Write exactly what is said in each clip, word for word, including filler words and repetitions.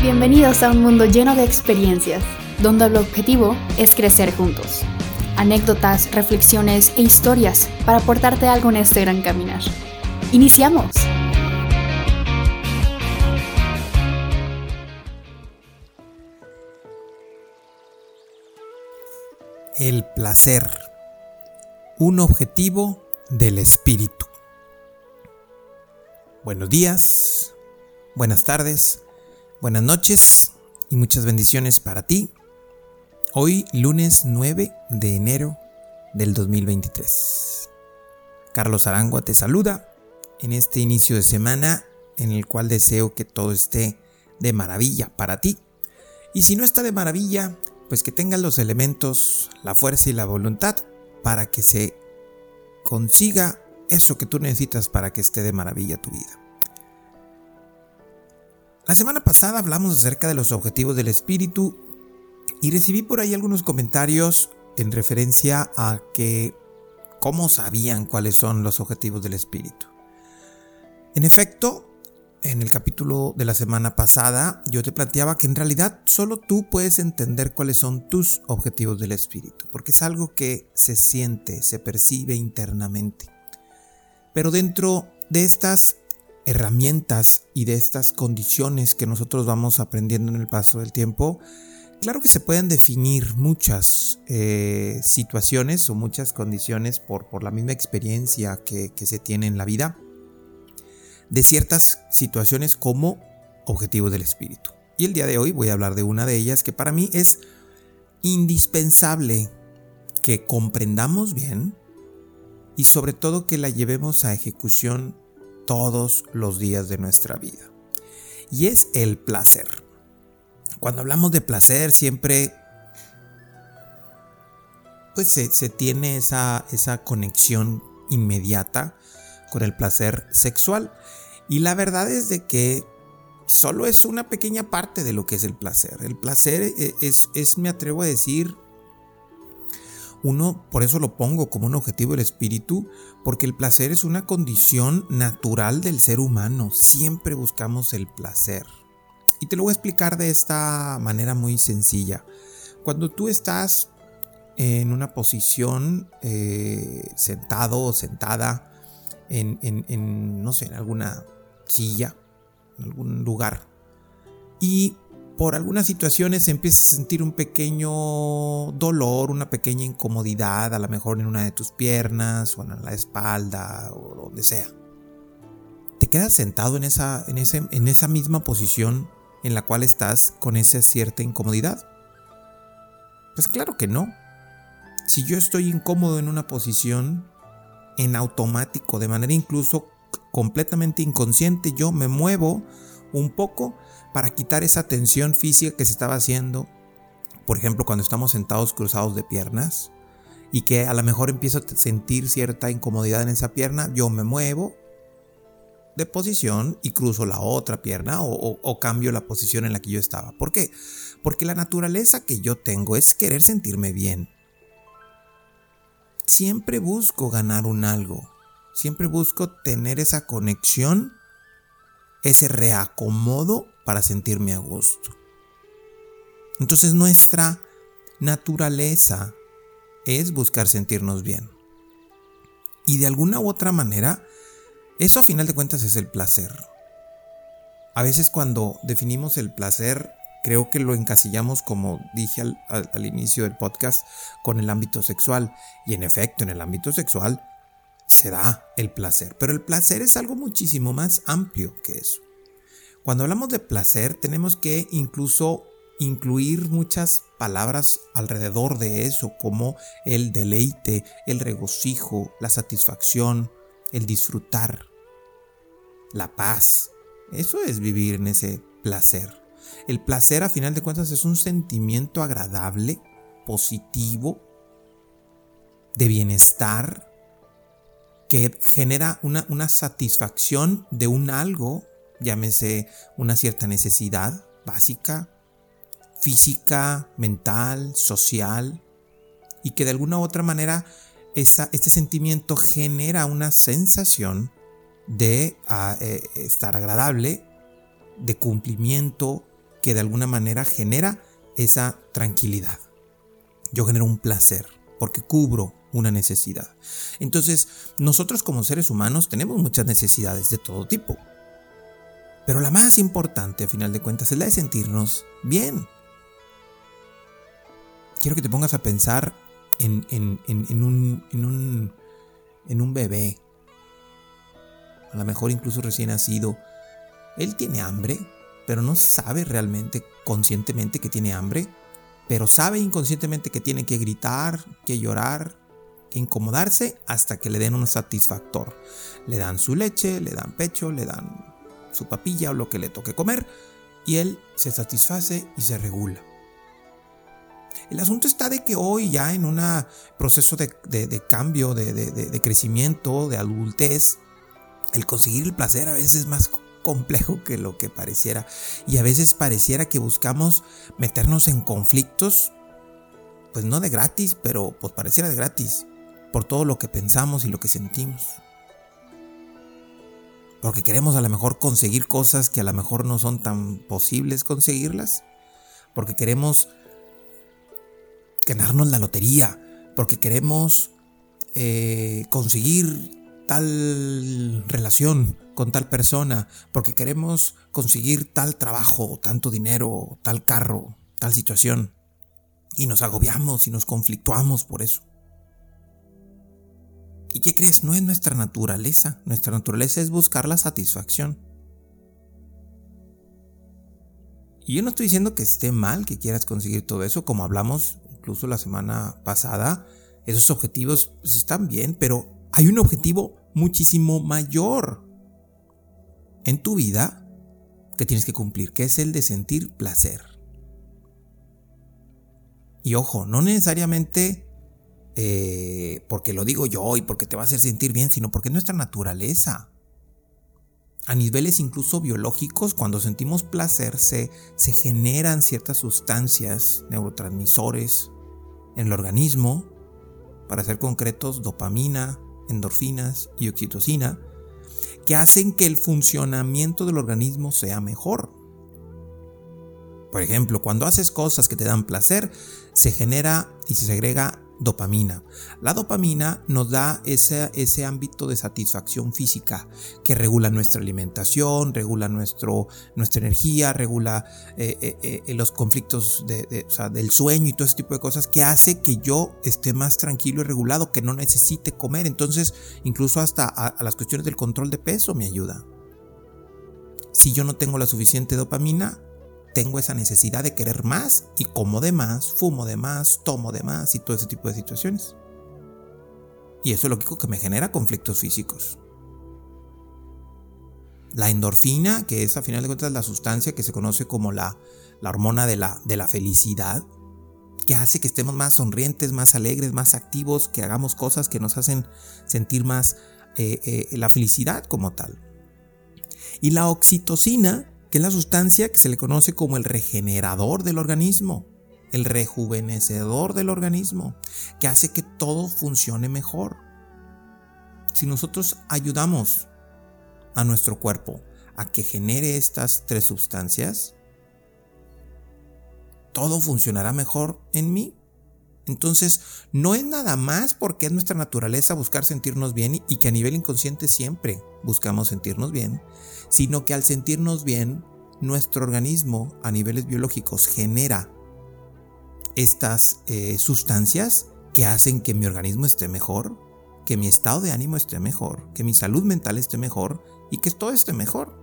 Bienvenidos a un mundo lleno de experiencias, donde el objetivo es crecer juntos. Anécdotas, reflexiones e historias para aportarte algo en este gran caminar. ¡Iniciamos! El placer, un objetivo del espíritu. Buenos días, buenas tardes, buenas noches y muchas bendiciones para ti. Hoy lunes nueve de enero del dos mil veintitrés. Carlos Arangua te saluda en este inicio de semana en el cual deseo que todo esté de maravilla para ti. Y si no está de maravilla, pues que tengas los elementos, la fuerza y la voluntad para que se consiga eso que tú necesitas para que esté de maravilla tu vida. La semana pasada hablamos acerca de los objetivos del espíritu y recibí por ahí algunos comentarios en referencia a que cómo sabían cuáles son los objetivos del espíritu. En efecto, en el capítulo de la semana pasada yo te planteaba que en realidad solo tú puedes entender cuáles son tus objetivos del espíritu, porque es algo que se siente, se percibe internamente. Pero dentro de estas herramientas y de estas condiciones que nosotros vamos aprendiendo en el paso del tiempo, claro que se pueden definir muchas eh, situaciones o muchas condiciones por, por la misma experiencia que, que se tiene en la vida, de ciertas situaciones como objetivos del espíritu. Y el día de hoy voy a hablar de una de ellas que para mí es indispensable que comprendamos bien y sobre todo que la llevemos a ejecución todos los días de nuestra vida. Y es el placer. Cuando hablamos de placer siempre pues se, se tiene esa, esa conexión inmediata con el placer sexual. Y la verdad es de que solo es una pequeña parte de lo que es el placer. El placer es, es, es me atrevo a decir, uno, por eso lo pongo como un objetivo del espíritu, porque el placer es una condición natural del ser humano. Siempre buscamos el placer. Y te lo voy a explicar de esta manera muy sencilla. Cuando tú estás en una posición eh, sentado o sentada en, en, en, no sé, en alguna silla, en algún lugar, y por algunas situaciones empiezas a sentir un pequeño dolor, una pequeña incomodidad, a lo mejor en una de tus piernas o en la espalda o donde sea. ¿Te quedas sentado en esa, en ese, en esa misma posición en la cual estás con esa cierta incomodidad? Pues claro que no. Si yo estoy incómodo en una posición, en automático, de manera incluso completamente inconsciente, yo me muevo un poco para quitar esa tensión física que se estaba haciendo. Por ejemplo, cuando estamos sentados cruzados de piernas y que a lo mejor empiezo a sentir cierta incomodidad en esa pierna, yo me muevo de posición y cruzo la otra pierna o, o, o cambio la posición en la que yo estaba. ¿Por qué? Porque la naturaleza que yo tengo es querer sentirme bien. Siempre busco ganar un algo. Siempre busco tener esa conexión, ese reacomodo para sentirme a gusto. Entonces nuestra naturaleza es buscar sentirnos bien. Y de alguna u otra manera, eso a final de cuentas es el placer. A veces cuando definimos el placer, creo que lo encasillamos, como dije al, al, al inicio del podcast, con el ámbito sexual. Y en efecto, en el ámbito sexual se da el placer. Pero el placer es algo muchísimo más amplio que eso. Cuando hablamos de placer, tenemos que incluso incluir muchas palabras alrededor de eso, como el deleite, el regocijo, la satisfacción, el disfrutar, la paz. Eso es vivir en ese placer. El placer, a final de cuentas, es un sentimiento agradable, positivo, de bienestar, que genera una, una satisfacción de un algo, llámese una cierta necesidad básica, física, mental, social, y que de alguna u otra manera esa, este sentimiento genera una sensación de uh, eh, estar agradable, de cumplimiento, que de alguna manera genera esa tranquilidad. Yo genero un placer porque cubro una necesidad. Entonces, nosotros como seres humanos tenemos muchas necesidades de todo tipo. Pero la más importante, a final de cuentas, es la de sentirnos bien. Quiero que te pongas a pensar en, en, en, en, un, en, un, en un bebé. A lo mejor incluso recién nacido. Él tiene hambre, pero no sabe realmente, conscientemente que tiene hambre. Pero sabe inconscientemente que tiene que gritar, que llorar, que incomodarse hasta que le den un satisfactor. Le dan su leche, le dan pecho, le dan su papilla o lo que le toque comer y él se satisface y se regula. El asunto está de que hoy ya en un proceso de, de, de cambio, de, de, de crecimiento, de adultez, el conseguir el placer a veces es más complejo que lo que pareciera y a veces pareciera que buscamos meternos en conflictos, pues no de gratis, pero pues pareciera de gratis, por todo lo que pensamos y lo que sentimos. Porque queremos a lo mejor conseguir cosas que a lo mejor no son tan posibles conseguirlas. Porque queremos ganarnos la lotería. Porque queremos eh, conseguir tal relación con tal persona. Porque queremos conseguir tal trabajo, tanto dinero, tal carro, tal situación. Y nos agobiamos y nos conflictuamos por eso. ¿Y qué crees? No es nuestra naturaleza. Nuestra naturaleza es buscar la satisfacción. Y yo no estoy diciendo que esté mal que quieras conseguir todo eso. Como hablamos incluso la semana pasada, esos objetivos pues, están bien, pero hay un objetivo muchísimo mayor en tu vida que tienes que cumplir, que es el de sentir placer. Y ojo, no necesariamente Eh, porque lo digo yo y porque te va a hacer sentir bien, sino porque es nuestra naturaleza. A niveles incluso biológicos, cuando sentimos placer se, se generan ciertas sustancias, neurotransmisores en el organismo, para ser concretos, dopamina, endorfinas y oxitocina, que hacen que el funcionamiento del organismo sea mejor. Por ejemplo, cuando haces cosas que te dan placer, se genera y se segrega dopamina. La dopamina nos da ese, ese ámbito de satisfacción física que regula nuestra alimentación, regula nuestro, nuestra energía, regula eh, eh, eh, los conflictos de, de, o sea, del sueño y todo ese tipo de cosas que hace que yo esté más tranquilo y regulado, que no necesite comer. Entonces, incluso hasta a, a las cuestiones del control de peso me ayuda. Si yo no tengo la suficiente dopamina, tengo esa necesidad de querer más y como de más, fumo de más, tomo de más y todo ese tipo de situaciones. Y eso es lo que me genera conflictos físicos. La endorfina, que es a final de cuentas la sustancia que se conoce como la, la hormona de la, de la felicidad, que hace que estemos más sonrientes, más alegres, más activos, que hagamos cosas que nos hacen sentir más eh, eh, la felicidad como tal. Y la oxitocina, que es la sustancia que se le conoce como el regenerador del organismo, el rejuvenecedor del organismo, que hace que todo funcione mejor. Si nosotros ayudamos a nuestro cuerpo a que genere estas tres sustancias, todo funcionará mejor en mí. Entonces, no es nada más porque es nuestra naturaleza buscar sentirnos bien y que a nivel inconsciente siempre buscamos sentirnos bien, sino que al sentirnos bien, nuestro organismo a niveles biológicos genera estas eh, sustancias que hacen que mi organismo esté mejor, que mi estado de ánimo esté mejor, que mi salud mental esté mejor y que todo esté mejor.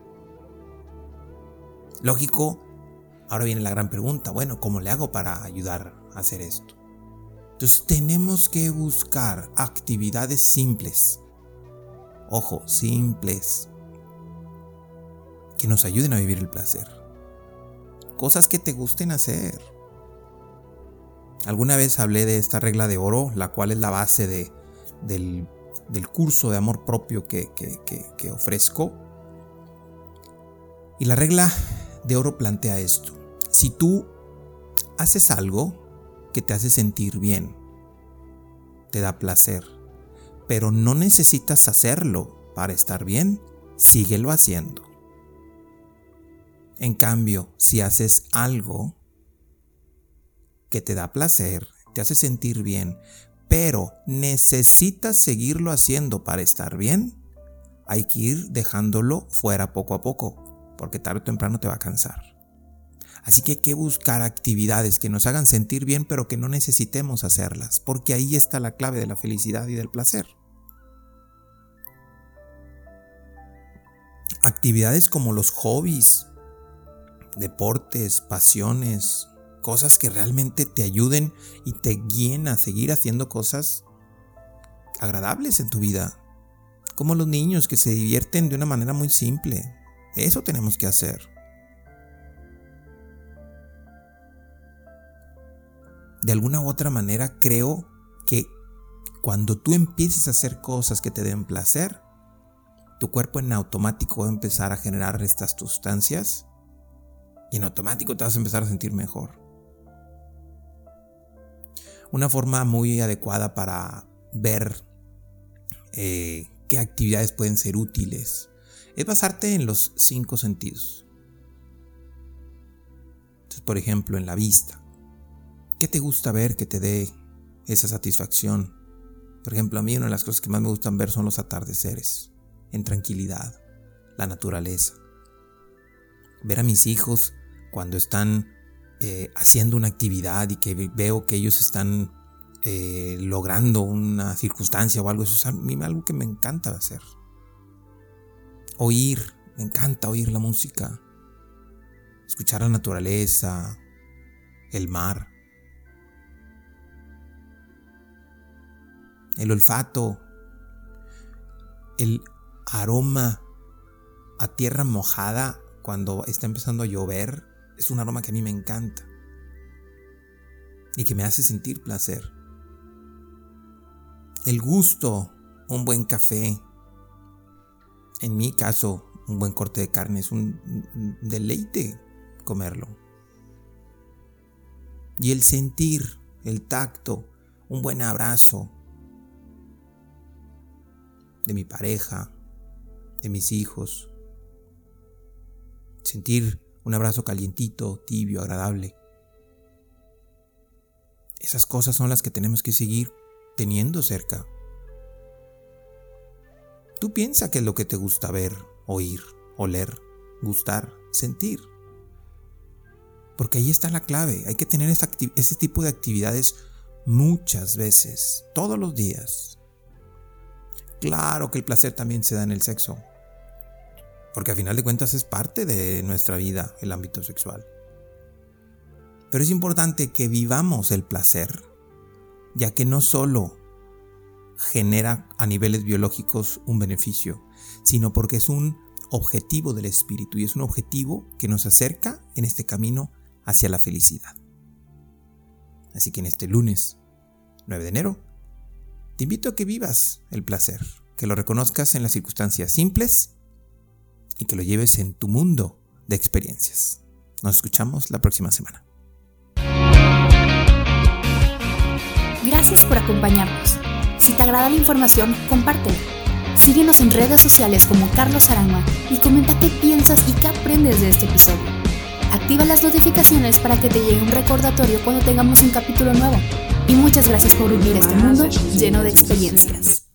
Lógico, ahora viene la gran pregunta, bueno, ¿cómo le hago para ayudar a hacer esto? Entonces tenemos que buscar actividades simples, ojo, simples, que nos ayuden a vivir el placer. Cosas que te gusten hacer. Alguna vez hablé de esta regla de oro, la cual es la base de, del, del curso de amor propio que, que, que, que ofrezco. Y la regla de oro plantea esto. Si tú haces algo que te hace sentir bien, te da placer, pero no necesitas hacerlo para estar bien, síguelo haciendo. En cambio, si haces algo que te da placer, te hace sentir bien, pero necesitas seguirlo haciendo para estar bien, hay que ir dejándolo fuera poco a poco, porque tarde o temprano te va a cansar. Así que hay que buscar actividades que nos hagan sentir bien, pero que no necesitemos hacerlas, porque ahí está la clave de la felicidad y del placer. Actividades como los hobbies, deportes, pasiones, cosas que realmente te ayuden y te guíen a seguir haciendo cosas agradables en tu vida. Como los niños que se divierten de una manera muy simple. Eso tenemos que hacer. De alguna u otra manera creo que cuando tú empieces a hacer cosas que te den placer, tu cuerpo en automático va a empezar a generar estas sustancias y en automático te vas a empezar a sentir mejor. Una forma muy adecuada para ver eh, qué actividades pueden ser útiles es basarte en los cinco sentidos. Entonces, por ejemplo, en la vista. ¿Qué te gusta ver que te dé esa satisfacción? Por ejemplo, a mí una de las cosas que más me gustan ver son los atardeceres, en tranquilidad, la naturaleza. Ver a mis hijos cuando están eh, haciendo una actividad y que veo que ellos están eh, logrando una circunstancia o algo, eso es a mí algo que me encanta hacer. Oír, me encanta oír la música, escuchar la naturaleza, el mar. El olfato, el aroma a tierra mojada cuando está empezando a llover, es un aroma que a mí me encanta y que me hace sentir placer. El gusto, un buen café, en mi caso, un buen corte de carne, es un deleite comerlo. Y el sentir, el tacto, un buen abrazo de mi pareja, de mis hijos. Sentir un abrazo calientito, tibio, agradable. Esas cosas son las que tenemos que seguir teniendo cerca. Tú piensa qué es lo que te gusta ver, oír, oler, gustar, sentir. Porque ahí está la clave. Hay que tener esa acti- ese tipo de actividades muchas veces, todos los días. Claro que el placer también se da en el sexo, porque a final de cuentas es parte de nuestra vida el ámbito sexual. Pero es importante que vivamos el placer, ya que no solo genera a niveles biológicos un beneficio, sino porque es un objetivo del espíritu y es un objetivo que nos acerca en este camino hacia la felicidad. Así que en este lunes nueve de enero te invito a que vivas el placer, que lo reconozcas en las circunstancias simples y que lo lleves en tu mundo de experiencias. Nos escuchamos la próxima semana. Gracias por acompañarnos. Si te agrada la información, compártela. Síguenos en redes sociales como Carlos Aranma y comenta qué piensas y qué aprendes de este episodio. Activa las notificaciones para que te llegue un recordatorio cuando tengamos un capítulo nuevo. Y muchas gracias por vivir este mundo lleno de experiencias.